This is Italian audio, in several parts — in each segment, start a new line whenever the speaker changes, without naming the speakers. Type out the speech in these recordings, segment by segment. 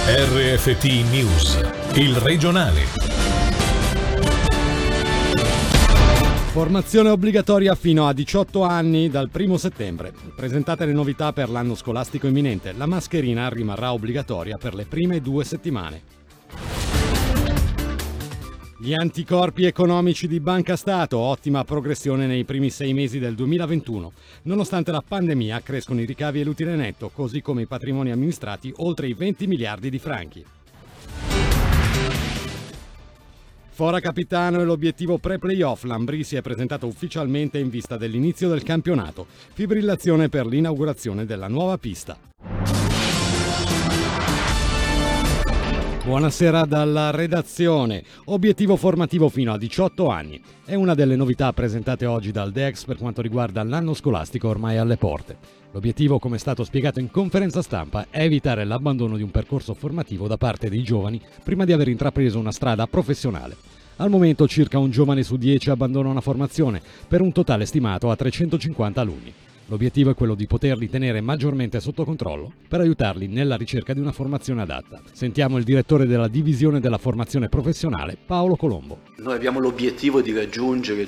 RFT News, il regionale.
Formazione obbligatoria fino a 18 anni dal 1 settembre. Presentate le novità per l'anno scolastico imminente. La mascherina rimarrà obbligatoria per le prime 2 settimane. Gli anticorpi economici di Banca Stato, ottima progressione nei primi 6 mesi del 2021. Nonostante la pandemia crescono i ricavi e l'utile netto, così come i patrimoni amministrati oltre i 20 miliardi di franchi. Fora capitano e l'obiettivo pre-playoff, Lambrì si è presentato ufficialmente in vista dell'inizio del campionato. Fibrillazione per l'inaugurazione della nuova pista. Buonasera dalla redazione. Obiettivo formativo fino a 18 anni. È una delle novità presentate oggi dal DEX per quanto riguarda l'anno scolastico ormai alle porte. L'obiettivo, come è stato spiegato in conferenza stampa, è evitare l'abbandono di un percorso formativo da parte dei giovani prima di aver intrapreso una strada professionale. Al momento circa un giovane su 10 abbandona una formazione, per un totale stimato a 350 alunni. L'obiettivo è quello di poterli tenere maggiormente sotto controllo per aiutarli nella ricerca di una formazione adatta. Sentiamo il direttore della divisione della formazione professionale, Paolo Colombo.
Noi abbiamo l'obiettivo di raggiungere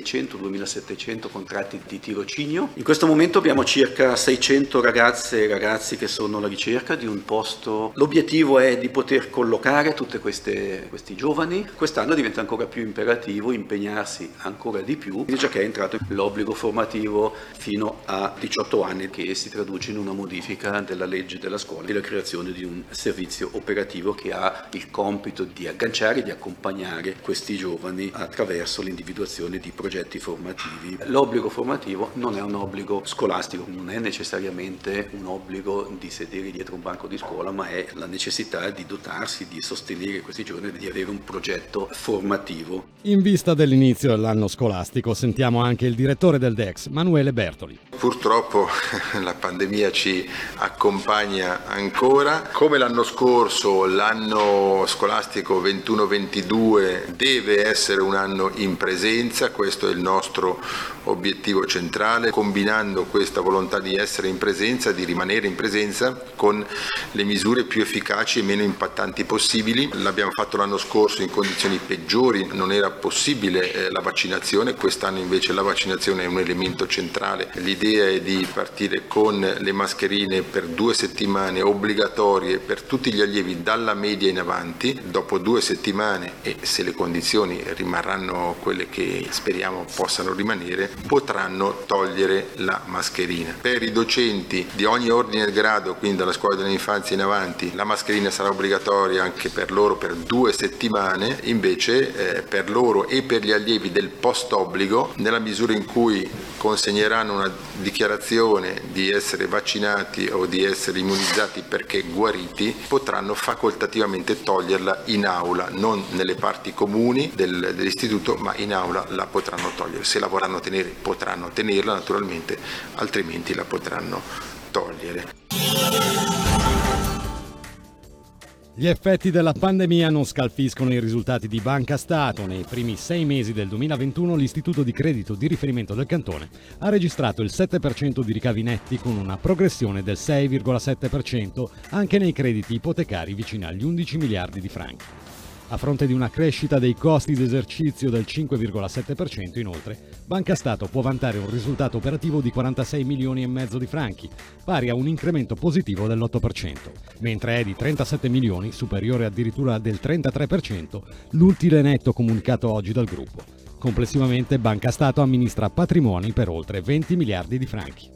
2600-2700 contratti di tirocinio. In questo momento abbiamo circa 600 ragazze e ragazzi che sono alla ricerca di un posto. L'obiettivo è di poter collocare tutti questi giovani. Quest'anno diventa ancora più imperativo impegnarsi ancora di più, già che è entrato l'obbligo formativo fino a 18 anni, che si traduce in una modifica della legge della scuola e la creazione di un servizio operativo che ha il compito di agganciare e di accompagnare questi giovani attraverso l'individuazione di progetti formativi. L'obbligo formativo non è un obbligo scolastico, non è necessariamente un obbligo di sedere dietro un banco di scuola, ma è la necessità di dotarsi, di sostenere questi giovani e di avere un progetto formativo.
In vista dell'inizio dell'anno scolastico sentiamo anche il direttore del DEX, Manuele Bertoli.
Purtroppo la pandemia ci accompagna ancora. Come l'anno scorso, l'anno scolastico 21-22 deve essere un anno in presenza, questo è il nostro obiettivo centrale, combinando questa volontà di essere in presenza, di rimanere in presenza con le misure più efficaci e meno impattanti possibili. L'abbiamo fatto l'anno scorso in condizioni peggiori, non era possibile la vaccinazione, quest'anno invece la vaccinazione è un elemento centrale. L'idea è di partire con le mascherine per 2 settimane obbligatorie per tutti gli allievi dalla media in avanti. Dopo 2 settimane, e se le condizioni rimarranno quelle che speriamo possano rimanere, potranno togliere la mascherina. Per i docenti di ogni ordine e grado, quindi dalla scuola dell'infanzia in avanti, la mascherina sarà obbligatoria anche per loro per 2 settimane, invece per loro e per gli allievi del post obbligo, nella misura in cui consegneranno una dichiarazione di essere vaccinati o di essere immunizzati perché guariti, potranno facoltativamente toglierla in aula, non nelle parti comuni dell'istituto, ma in aula la potranno togliere. Se la vorranno tenere potranno tenerla naturalmente, altrimenti la potranno togliere.
Gli effetti della pandemia non scalfiscono i risultati di Banca Stato. Nei primi 6 mesi del 2021 l'istituto di credito di riferimento del cantone ha registrato il 7% di ricavi netti, con una progressione del 6,7% anche nei crediti ipotecari vicini agli 11 miliardi di franchi. A fronte di una crescita dei costi d'esercizio del 5,7%, inoltre, Banca Stato può vantare un risultato operativo di 46 milioni e mezzo di franchi, pari a un incremento positivo dell'8%, mentre è di 37 milioni, superiore addirittura del 33%, l'utile netto comunicato oggi dal gruppo. Complessivamente Banca Stato amministra patrimoni per oltre 20 miliardi di franchi.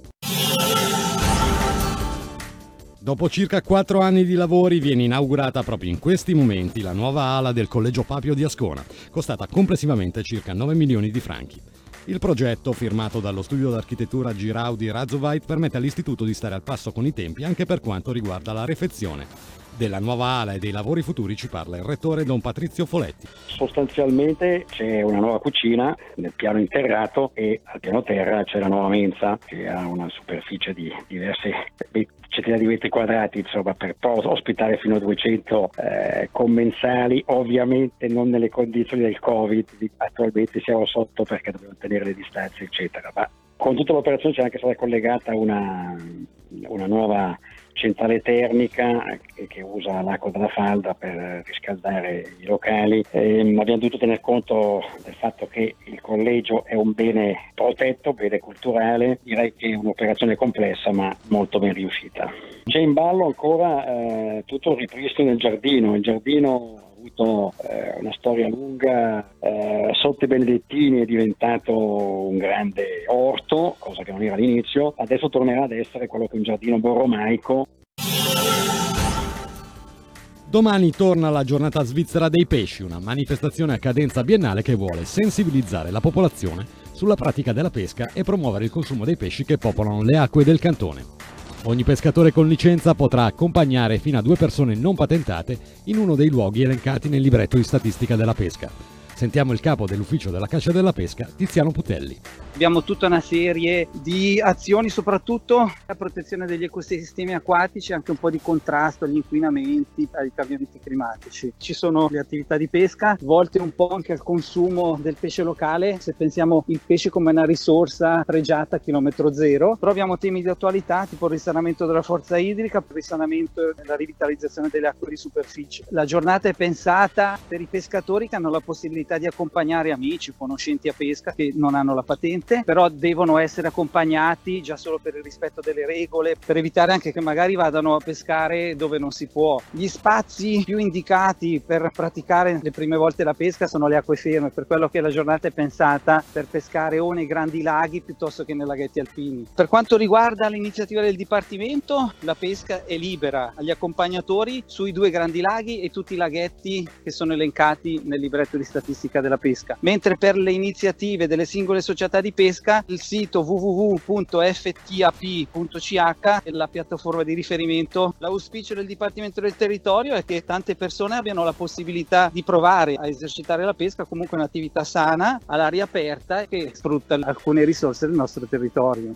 Dopo circa 4 anni di lavori viene inaugurata proprio in questi momenti la nuova ala del Collegio Papio di Ascona, costata complessivamente circa 9 milioni di franchi. Il progetto, firmato dallo studio d'architettura Giraudi Razovait, permette all'istituto di stare al passo con i tempi anche per quanto riguarda la refezione. Della nuova ala e dei lavori futuri ci parla il rettore Don Patrizio Foletti.
Sostanzialmente c'è una nuova cucina nel piano interrato e al piano terra c'è la nuova mensa, che ha una superficie di diverse centinaia di metri quadrati, insomma, per ospitare fino a 200 commensali, ovviamente non nelle condizioni del Covid. Attualmente siamo sotto perché dobbiamo tenere le distanze, eccetera, ma con tutta l'operazione c'è anche stata collegata una una nuova centrale termica che usa l'acqua della falda per riscaldare i locali. Abbiamo dovuto tener conto del fatto che il collegio è un bene protetto, bene culturale. Direi che è un'operazione complessa ma molto ben riuscita. C'è in ballo ancora tutto il ripristino del giardino. Il giardino ha avuto una storia lunga, sotto i Benedettini è diventato un grande orto, cosa che non era all'inizio, adesso tornerà ad essere quello che è un giardino borromaico.
Domani torna la giornata svizzera dei pesci, una manifestazione a cadenza biennale che vuole sensibilizzare la popolazione sulla pratica della pesca e promuovere il consumo dei pesci che popolano le acque del cantone. Ogni pescatore con licenza potrà accompagnare fino a 2 persone non patentate in uno dei luoghi elencati nel libretto di statistica della pesca. Sentiamo il capo dell'ufficio della caccia e della pesca, Tiziano Putelli.
Abbiamo tutta una serie di azioni, soprattutto la protezione degli ecosistemi acquatici, anche un po' di contrasto agli inquinamenti, ai cambiamenti climatici. Ci sono le attività di pesca, volte un po' anche al consumo del pesce locale, se pensiamo il pesce come una risorsa pregiata a chilometro zero. Però abbiamo temi di attualità, tipo il risanamento della forza idrica, il risanamento e la rivitalizzazione delle acque di superficie. La giornata è pensata per i pescatori che hanno la possibilità di accompagnare amici, conoscenti a pesca che non hanno la patente, però devono essere accompagnati già solo per il rispetto delle regole, per evitare anche che magari vadano a pescare dove non si può. Gli spazi più indicati per praticare le prime volte la pesca sono le acque ferme, per quello che la giornata è pensata per pescare o nei grandi laghi piuttosto che nei laghetti alpini. Per quanto riguarda l'iniziativa del Dipartimento, la pesca è libera agli accompagnatori sui 2 grandi laghi e tutti i laghetti che sono elencati nel libretto di statistica della pesca, mentre per le iniziative delle singole società di pesca il sito www.ftap.ch è la piattaforma di riferimento. L'auspicio del Dipartimento del Territorio è che tante persone abbiano la possibilità di provare a esercitare la pesca, comunque un'attività sana all'aria aperta che sfrutta alcune risorse del nostro territorio.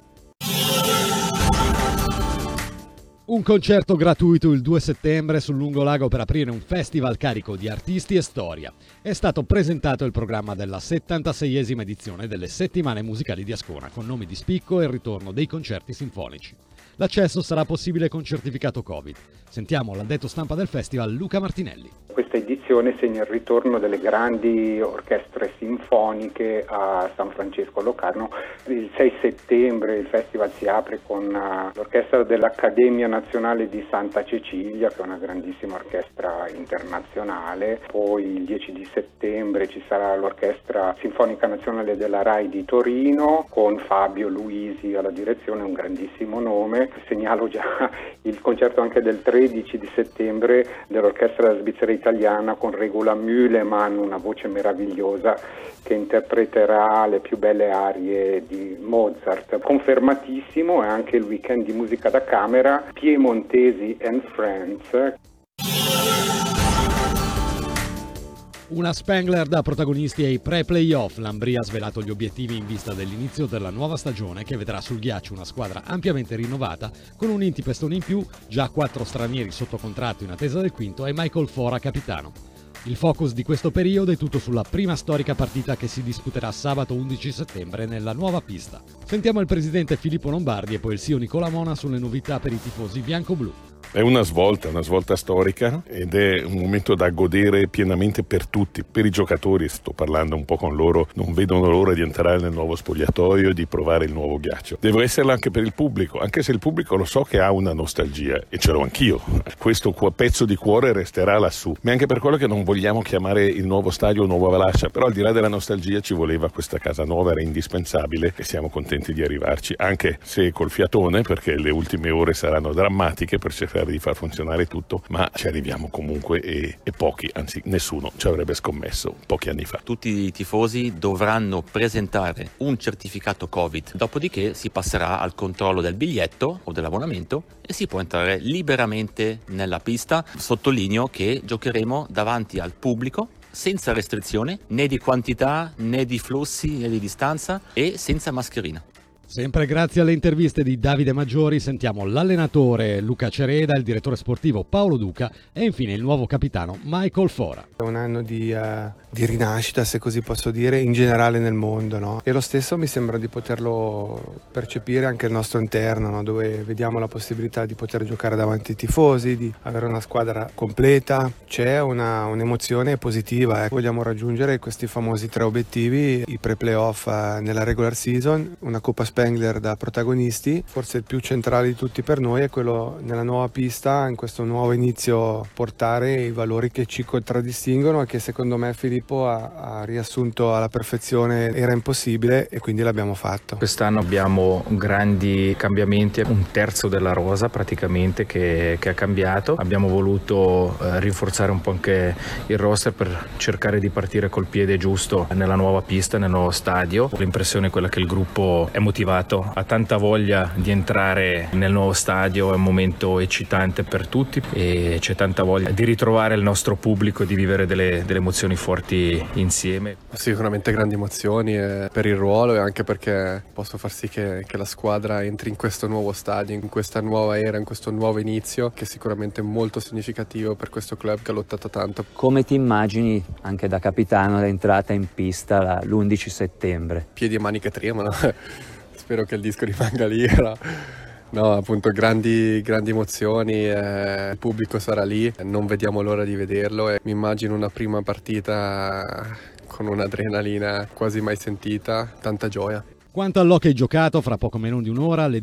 Un concerto gratuito il 2 settembre sul Lungolago per aprire un festival carico di artisti e storia. È stato presentato il programma della 76esima edizione delle Settimane Musicali di Ascona, con nomi di spicco e il ritorno dei concerti sinfonici. L'accesso sarà possibile con certificato Covid. Sentiamo l'addetto stampa del festival, Luca Martinelli.
Questa edizione segna il ritorno delle grandi orchestre sinfoniche a San Francesco Locarno. Il 6 settembre il festival si apre con l'orchestra dell'Accademia Nazionale di Santa Cecilia, che è una grandissima orchestra internazionale. Poi il 10 di settembre ci sarà l'Orchestra Sinfonica Nazionale della RAI di Torino con Fabio Luisi alla direzione, un grandissimo nome. Segnalo già il concerto anche del 13 di settembre dell'Orchestra Svizzera Italiana con Regula Mühlemann, una voce meravigliosa che interpreterà le più belle arie di Mozart. Confermatissimo è anche il weekend di musica da camera Piemontesi and Friends.
Una Spengler da protagonisti ai pre-playoff. L'Ambria ha svelato gli obiettivi in vista dell'inizio della nuova stagione che vedrà sul ghiaccio una squadra ampiamente rinnovata con un Inti Pestone in più, già 4 stranieri sotto contratto in attesa del quinto e Michael Fora capitano. Il focus di questo periodo è tutto sulla prima storica partita che si disputerà sabato 11 settembre nella nuova pista. Sentiamo il presidente Filippo Lombardi e poi il CEO Nicola Mona sulle novità per i tifosi bianco-blu.
È una svolta storica ed è un momento da godere pienamente per tutti, per i giocatori, sto parlando un po' con loro, non vedono l'ora di entrare nel nuovo spogliatoio e di provare il nuovo ghiaccio. Deve esserlo anche per il pubblico, anche se il pubblico lo so che ha una nostalgia e ce l'ho anch'io. Questo pezzo di cuore resterà lassù, ma anche per quello che non vogliamo chiamare il nuovo stadio Nuova Valascia, però al di là della nostalgia ci voleva questa casa nuova, era indispensabile e siamo contenti di arrivarci, anche se col fiatone, perché le ultime ore saranno drammatiche per cercare di far funzionare tutto, ma ci arriviamo comunque e pochi, anzi nessuno ci avrebbe scommesso pochi anni fa.
Tutti i tifosi dovranno presentare un certificato Covid, dopodiché si passerà al controllo del biglietto o dell'abbonamento e si può entrare liberamente nella pista. Sottolineo che giocheremo davanti al pubblico senza restrizione né di quantità né di flussi né di distanza e senza mascherina.
Sempre grazie alle interviste di Davide Maggiori sentiamo l'allenatore Luca Cereda, il direttore sportivo Paolo Duca e infine il nuovo capitano Michael Fora.
È un anno di rinascita, se così posso dire, in generale nel mondo, no? E lo stesso mi sembra di poterlo percepire anche al nostro interno, no? Dove vediamo la possibilità di poter giocare davanti ai tifosi, di avere una squadra completa. C'è un'emozione positiva. Vogliamo raggiungere questi famosi 3 obiettivi: i pre-playoff nella regular season, una Coppa Spengler da protagonisti. Forse il più centrale di tutti per noi è quello nella nuova pista, in questo nuovo inizio, portare i valori che ci contraddistinguono e che secondo me Filippo ha riassunto alla perfezione. Era impossibile e quindi l'abbiamo fatto.
Quest'anno abbiamo grandi cambiamenti, 1/3 della rosa praticamente che ha cambiato. Abbiamo voluto rinforzare un po' anche il roster per cercare di partire col piede giusto nella nuova pista, nel nuovo stadio. L'impressione è quella che il gruppo è motivato, ha tanta voglia di entrare nel nuovo stadio, è un momento eccitante per tutti e c'è tanta voglia di ritrovare il nostro pubblico e di vivere delle emozioni forti insieme.
Sicuramente grandi emozioni per il ruolo e anche perché posso far sì che la squadra entri in questo nuovo stadio, in questa nuova era, in questo nuovo inizio, che è sicuramente molto significativo per questo club che ha lottato tanto.
Come ti immagini anche da capitano l'entrata in pista l'11 settembre?
Piedi e mani che tremano, spero che il disco rimanga lì. No, appunto grandi emozioni, il pubblico sarà lì, non vediamo l'ora di vederlo e mi immagino una prima partita con un'adrenalina quasi mai sentita, tanta gioia.
Quanto all'hockey giocato, fra poco meno di un'ora, alle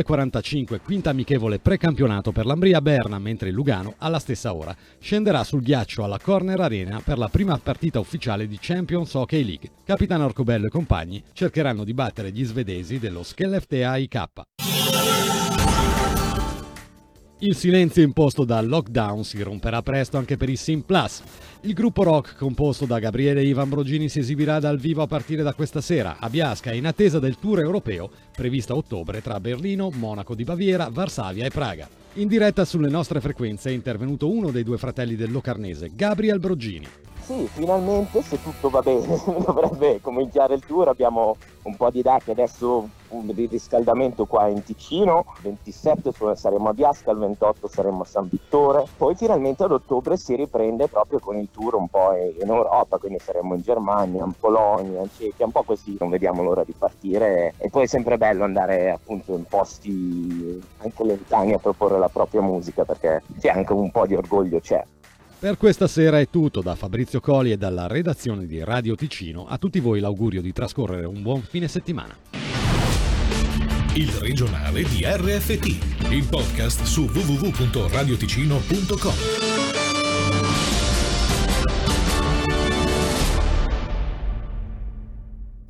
19.45, quinta amichevole precampionato per l'Ambria Berna, mentre il Lugano, alla stessa ora, scenderà sul ghiaccio alla Corner Arena per la prima partita ufficiale di Champions Hockey League. Capitano Arcobello e compagni cercheranno di battere gli svedesi dello Skellefteå IK. Il silenzio imposto dal lockdown si romperà presto anche per i Sim Plus. Il gruppo rock composto da Gabriele e Ivan Brogini si esibirà dal vivo a partire da questa sera a Biasca in attesa del tour europeo previsto a ottobre tra Berlino, Monaco di Baviera, Varsavia e Praga. In diretta sulle nostre frequenze è intervenuto uno dei 2 fratelli del Locarnese, Gabriel Brogini.
Sì, finalmente, se tutto va bene, dovrebbe cominciare il tour. Abbiamo un po' di date adesso di riscaldamento qua in Ticino, 27 saremo a Biasca, il 28 saremo a San Vittore, poi finalmente ad ottobre si riprende proprio con il tour un po' in Europa, quindi saremo in Germania, in Polonia, in Cechia, un po' così, non vediamo l'ora di partire e poi è sempre bello andare appunto in posti anche lontani a proporre la propria musica perché c'è anche un po' di orgoglio, c'è.
Per questa sera è tutto, da Fabrizio Coli e dalla redazione di Radio Ticino. A tutti voi l'augurio di trascorrere un buon fine settimana.
Il regionale di RFT, il podcast su www.radioticino.com.